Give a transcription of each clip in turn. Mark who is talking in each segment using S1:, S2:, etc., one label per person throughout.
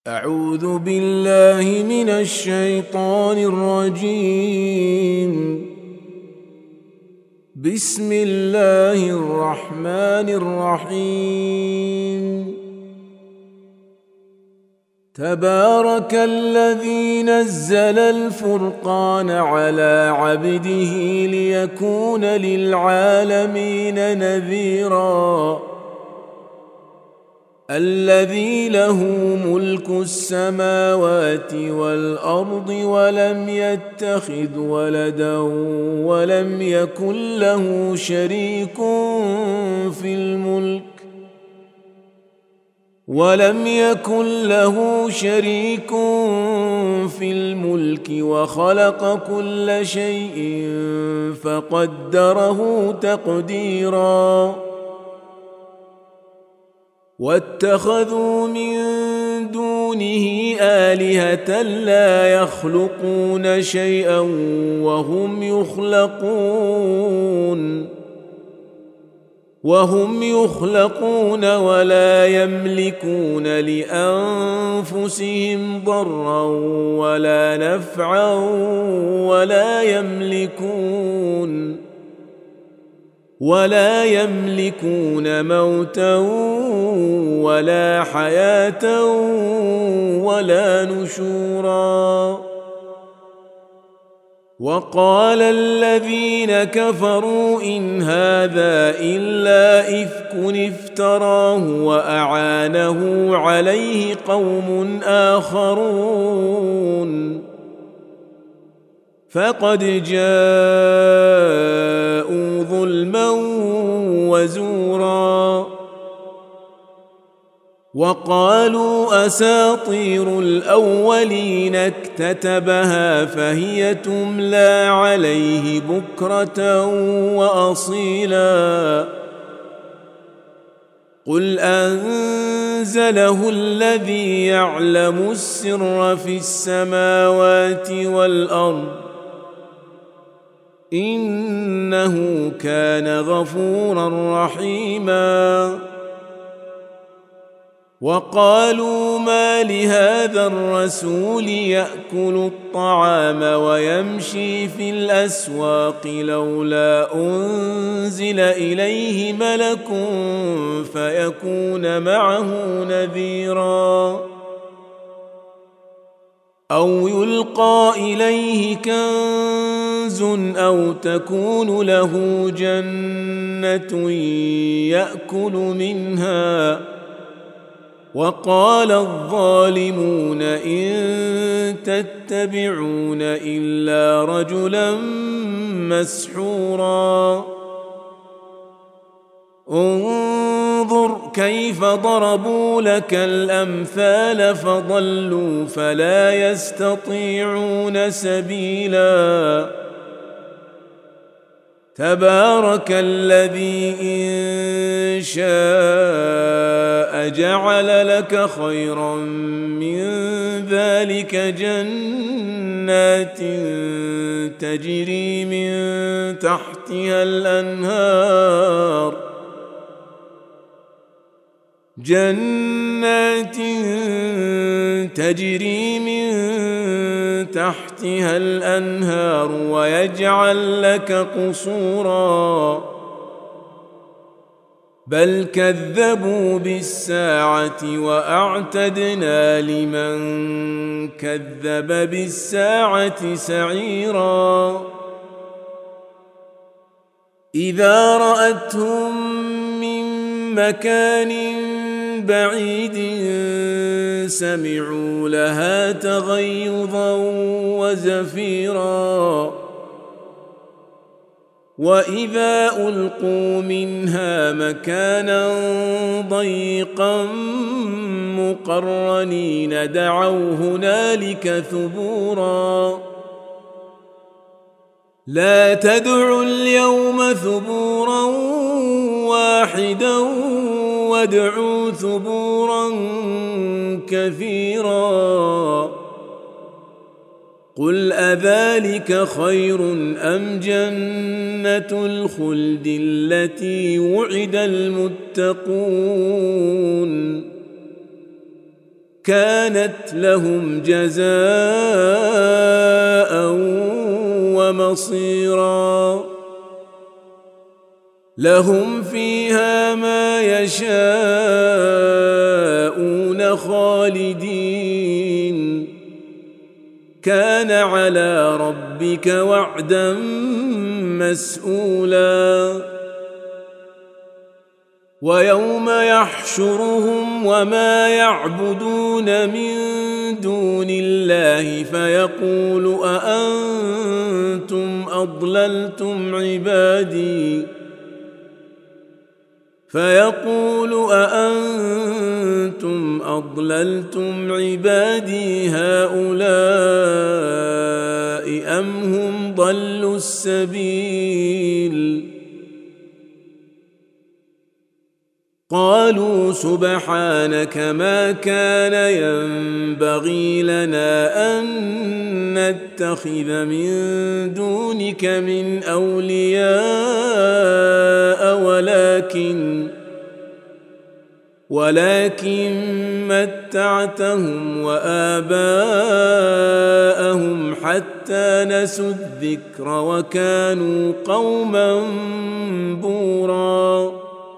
S1: أعوذ بالله من الشيطان الرجيم. بسم الله الرحمن الرحيم. تبارك الذي نزل الفرقان على عبده ليكون للعالمين نذيرا. الذي له ملك السماوات والأرض ولم يتخذ ولدا ولم يكن له شريك في الملك وخلق كل شيء فقدره تقديرا. واتخذوا من دونه آلهة لا يخلقون شيئا وهم يخلقون ولا يملكون لأنفسهم ضرا ولا نفعا ولا يملكون موتا ولا حياة ولا نشورا. وقال الذين كفروا إن هذا إلا إفك افتراه وأعانه عليه قوم آخرون فقد جاءوا ظلما وزورا. وقالوا أساطير الأولين اكتتبها فهي تملى عليه بكرة وأصيلا. قل أنزله الذي يعلم السر في السماوات والأرض إنه كان غفورا رحيما. وقالوا ما لهذا الرسول يأكل الطعام ويمشي في الأسواق لولا أنزل إليه ملك فيكون معه نذيرا أو يلقى إليه كنز أو تكون له جنة يأكل منها. وقال الظالمون إن تتبعون إلا رجلا مسحورا. انظر كيف ضربوا لك الأمثال فضلوا فلا يستطيعون سبيلا. تبارك الذي إن شاء جعل لك خيرا من ذلك جنات تجري من تحتها الأنهار ويجعل لك قصورا. بل كذبوا بالساعة وأعتدنا لمن كذب بالساعة سعيرا. إذا رأتهم من مكان بعيد سمعوا لها تغيظا وزفيرا. وإذا ألقوا منها مكانا ضيقا مقرنين دعوا هنالك ثبورا. لا تدعوا اليوم ثبورا واحدا وادعوا ثبورا كثيرا. قل أذلك خير أم جنة الخلد التي وعد المتقون كانت لهم جزاء ومصيرا لهم فيها ما يشاءون خالدين كان على ربك وعدا مسئولا ويوم يحشرهم وما يعبدون من دون الله فيقول أأنتم أضللتم عبادي هؤلاء أم هم ضلوا السبيل قالوا سبحانك ما كان ينبغي لنا أن نتخذ من دونك من أولياء ولكن متعتهم وآباءهم حتى نسوا الذكر وكانوا قوما بورا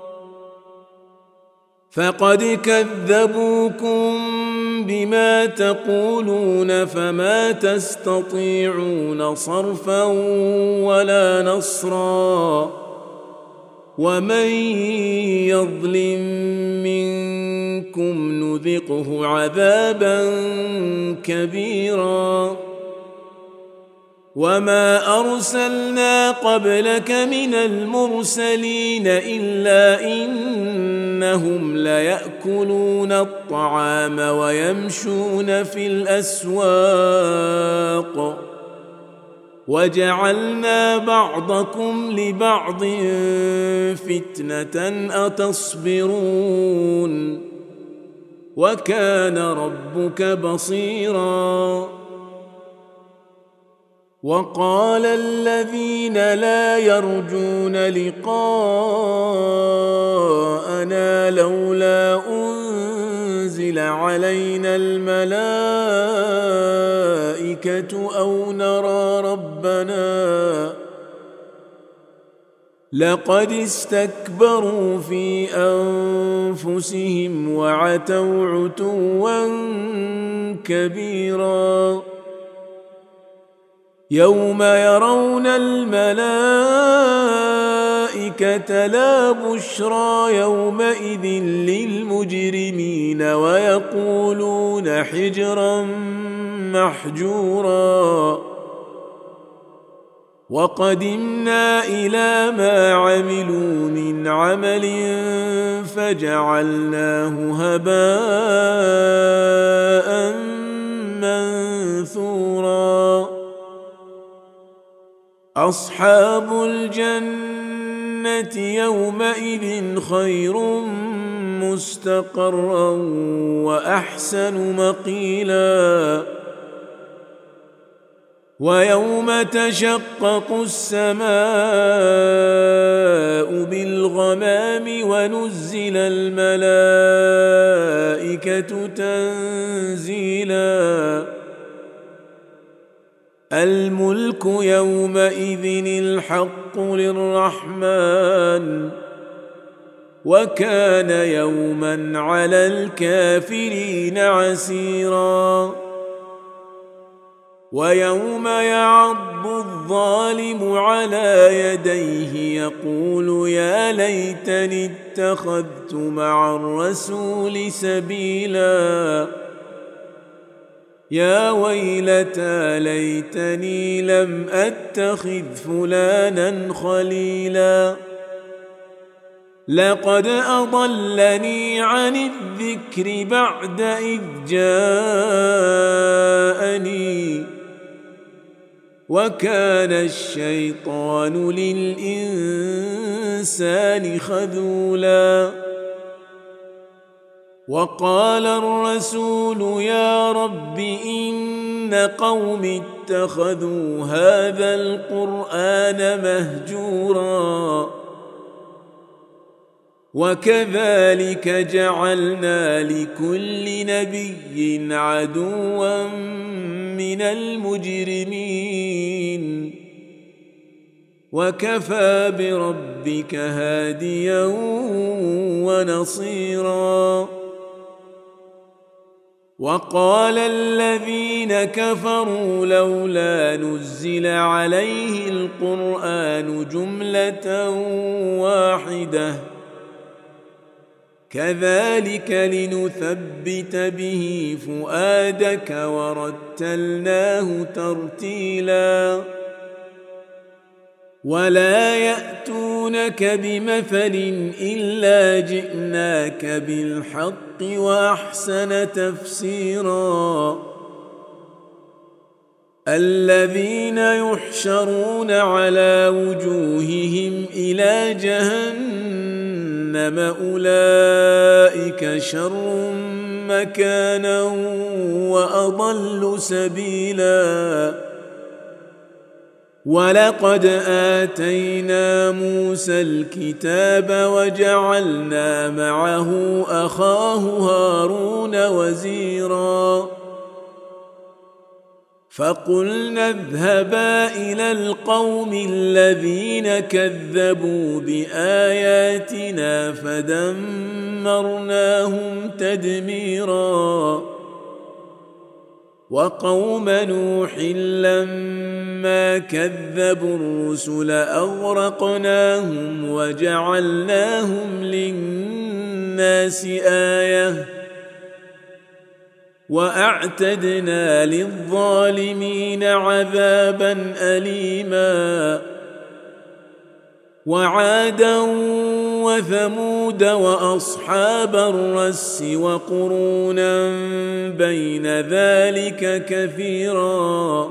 S1: فقد كذبوكم بما تقولون فما تستطيعون صرفا ولا نصرا ومن يظلم منكم نذقه عذابا كبيرا وما أرسلنا قبلك من المرسلين إلا إنهم ليأكلون الطعام ويمشون في الأسواق وجعلنا بعضكم لبعض فتنة أتصبرون وكان ربك بصيرا وقال الذين لا يرجون لقاءنا لولا أنزل علينا الملائكة أو نرى ربنا لقد استكبروا في أنفسهم وعتوا عتوا كبيرا يوم يرون الملائكة لا بشرى يومئذ للمجرمين ويقولون حجرا محجورا وقدمنا إلى ما عملوا من عمل فجعلناه هباء منثورا أصحاب الجنة يومئذ خير مستقرا وأحسن مقيلا ويوم تشقق السماء بالغمام ونزل الملائكة تنزيلا الملك يومئذ الحق للرحمن وكان يوما على الكافرين عسيرا ويوم يعض الظالم على يديه يقول يا ليتني اتخذت مع الرسول سبيلا يا ويلتى ليتني لم أتخذ فلانا خليلا لقد أضلني عن الذكر بعد إذ جاءني وكان الشيطان للإنسان خذولا وقال الرسول يا رب إن قوم اتخذوا هذا القرآن مهجورا وكذلك جعلنا لكل نبي عدوا من المجرمين وكفى بربك هاديا ونصيرا وقال الذين كفروا لولا نزل عليه القرآن جملة واحدة كذلك لنثبت به فؤادك ورتلناه ترتيلا ولا يأتونك بمثل إلا جئناك بالحق وأحسن تفسيرا الذين يحشرون على وجوههم إلى جهنم أولئك شر مكانا وأضل سبيلا ولقد آتينا موسى الكتاب وجعلنا معه أخاه هارون وزيرا فقلنا اذهبا إلى القوم الذين كذبوا بآياتنا فدمرناهم تدميرا وقوم نوح لما كذبوا الرسل أغرقناهم وجعلناهم للناس آية وأعتدنا للظالمين عذابا أليما وعادا وثمود وأصحاب الرس وقرونا بين ذلك كثيرا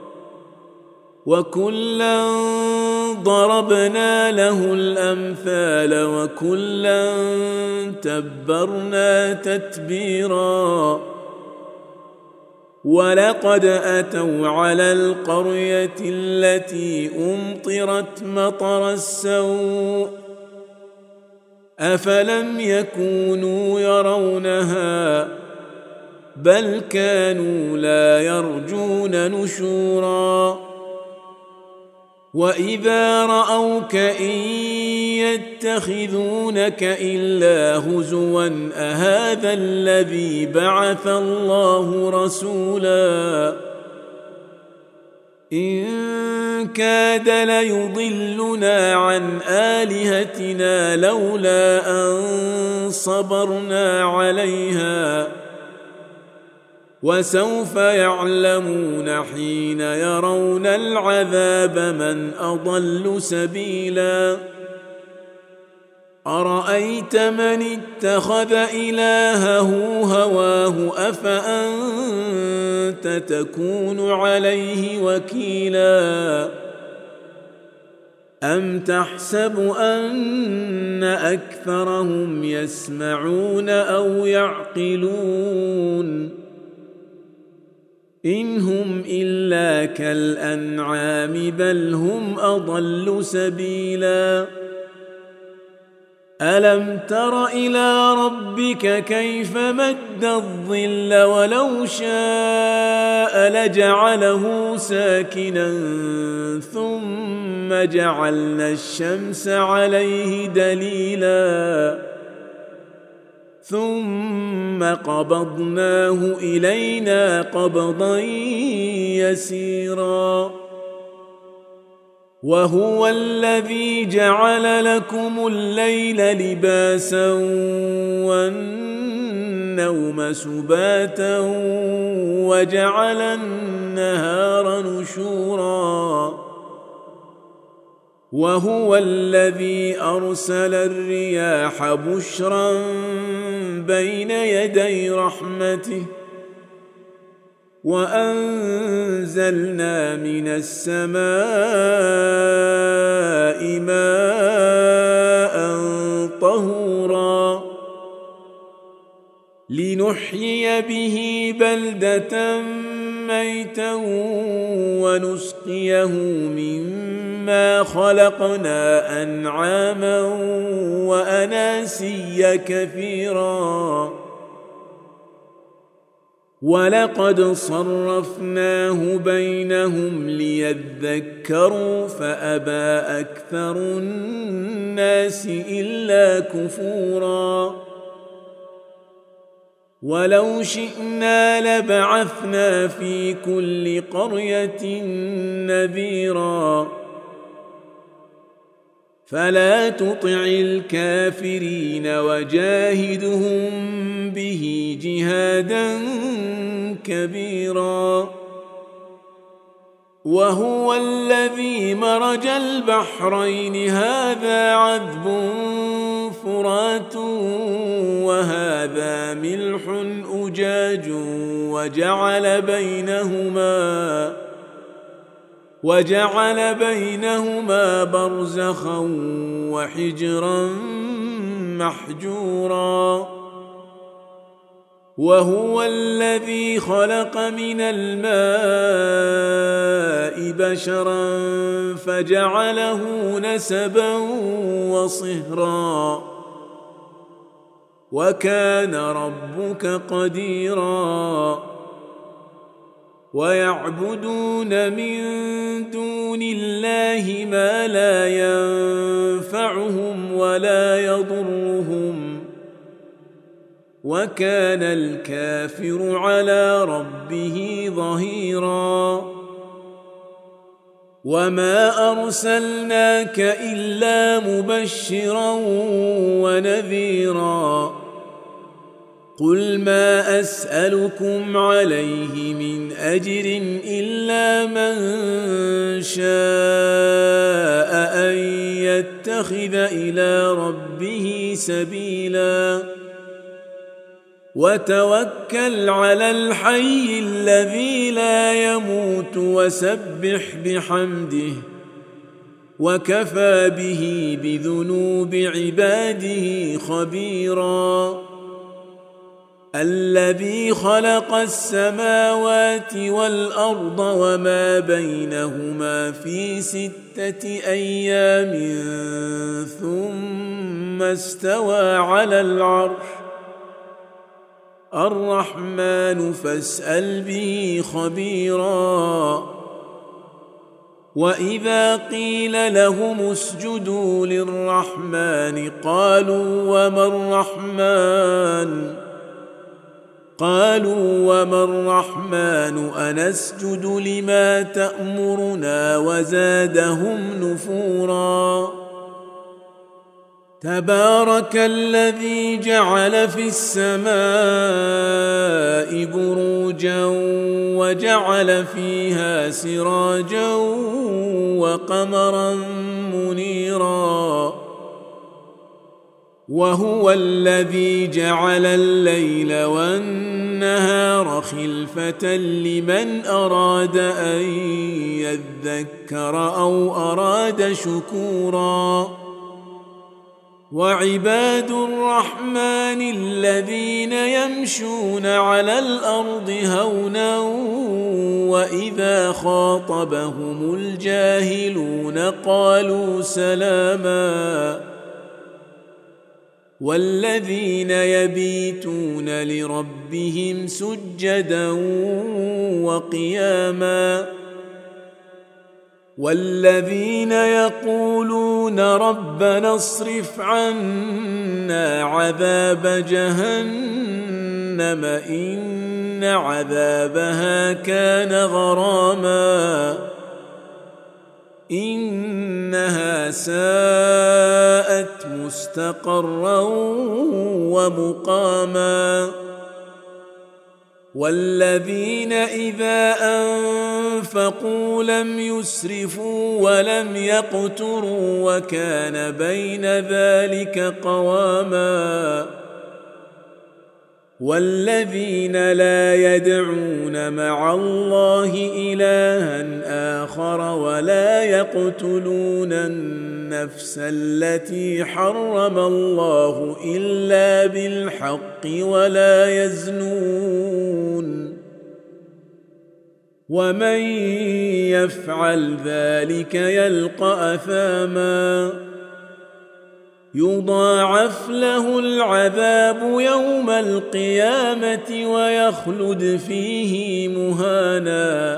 S1: وكلا ضربنا له الأمثال وكلا تبرنا تتبيرا ولقد أتوا على القرية التي أمطرت مطر السوء أفلم يكونوا يرونها بل كانوا لا يرجون نشورا وإذا رأوك إن يتخذونك إلا هزوا أهذا الذي بعث الله رسولا إن كاد ليضلنا عن آلهتنا لولا أن صبرنا عليها وسوف يعلمون حين يرون العذاب من أضل سبيلا أرأيت من اتخذ إلهه هواه أفأنت تكون عليه وكيلا أم تحسب أن أكثرهم يسمعون أو يعقلون إن هم إلا كالأنعام بل هم أضل سبيلا ألم تر إلى ربك كيف مد الظل ولو شاء لجعله ساكنا ثم جعلنا الشمس عليه دليلا ثم قبضناه إلينا قبضا يسيرا وهو الذي جعل لكم الليل لباسا والنوم سباتا وجعل النهار نشورا وهو الذي أرسل الرياح بشرا بين يدي رحمته وأنزلنا من السماء ماء طهورا لنحيي به بلدة ميتا ونسقيه مما خلقنا أنعاما وأناسيا كثيرا ولقد صرفناه بينهم ليذكروا فأبى أكثر الناس إلا كفورا ولو شئنا لبعثنا في كل قرية نذيرا فلا تطع الكافرين وجاهدهم به جهادا كبيرا وهو الذي مرج البحرين هذا عذب فرات وهذا ملح أجاج وجعل بينهما برزخا وحجرا محجورا وهو الذي خلق من الماء بشرا فجعله نسبا وصهرا وكان ربك قديرا ويعبدون من دون الله ما لا ينفعهم ولا يضرهم وكان الكافر على ربه ظهيرا وما أرسلناك إلا مبشرا ونذيرا قل ما أسألكم عليه من أجر إلا من شاء أن يتخذ إلى ربه سبيلا وتوكل على الحي الذي لا يموت وسبح بحمده وكفى به بذنوب عباده خبيرا الذي خلق السماوات والأرض وما بينهما في 6 أيام ثم استوى على العرش الرحمن فاسأل به خبيرا وإذا قيل لهم اسجدوا للرحمن قالوا وما الرحمن أنسجد لما تأمرنا وزادهم نفورا تبارك الذي جعل في السماء بروجا وجعل فيها سراجا وقمرا منيرا وهو الذي جعل الليل والنهار خلفة لمن أراد أن يذكر أو أراد شكورا وعباد الرحمن الذين يمشون على الأرض هونا وإذا خاطبهم الجاهلون قالوا سلاما والذين يبيتون لربهم سجدا وقياما والذين يقولون ربنا اصرف عنا عذاب جهنم إن عذابها كان غراما إنها ساءت مستقرا ومقاما والذين إذا أنفقوا لم يسرفوا ولم يقتروا وكان بين ذلك قواما والذين لا يدعون مع الله إلها آخر ولا يقتلون النفس التي حرم الله إلا بالحق ولا يزنون ومن يفعل ذلك يلقى أثاما يضاعف له العذاب يوم القيامة ويخلد فيه مهانا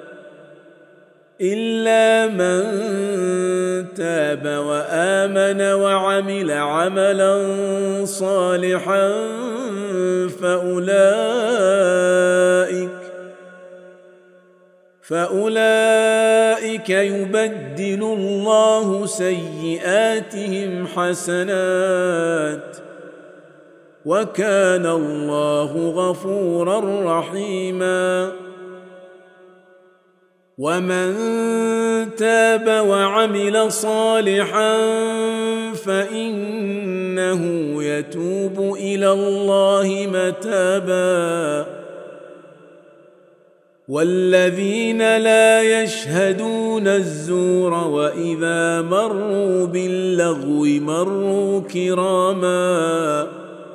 S1: إلا من تاب وآمن وعمل عملا صالحا فأولئك يبدل الله سيئاتهم حسنات وكان الله غفورا رحيما ومن تاب وعمل صالحا فإنه يتوب إلى الله متابا والذين لا يشهدون الزور وإذا مروا باللغو مروا كراما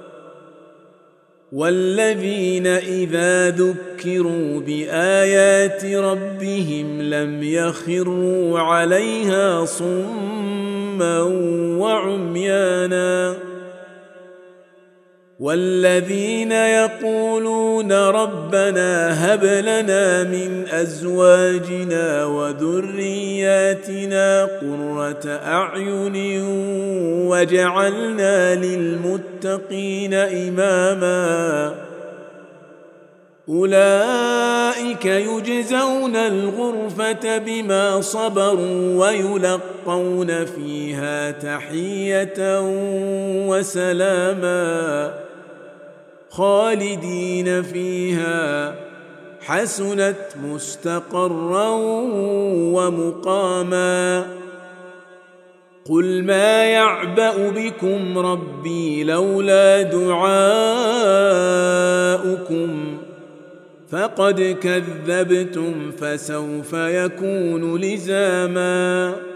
S1: والذين إذا ذكروا بآيات ربهم لم يخروا عليها صما وعميانا والذين يقولون ربنا هب لنا من أزواجنا وذرياتنا قرة أعين وجعلنا للمتقين إماما أولئك يجزون الغرفة بما صبروا ويلقون فيها تحية وسلاما خالدين فيها حسنت مستقرا ومقاما قل ما يعبأ بكم ربي لولا دعاؤكم فقد كذبتم فسوف يكون لزاما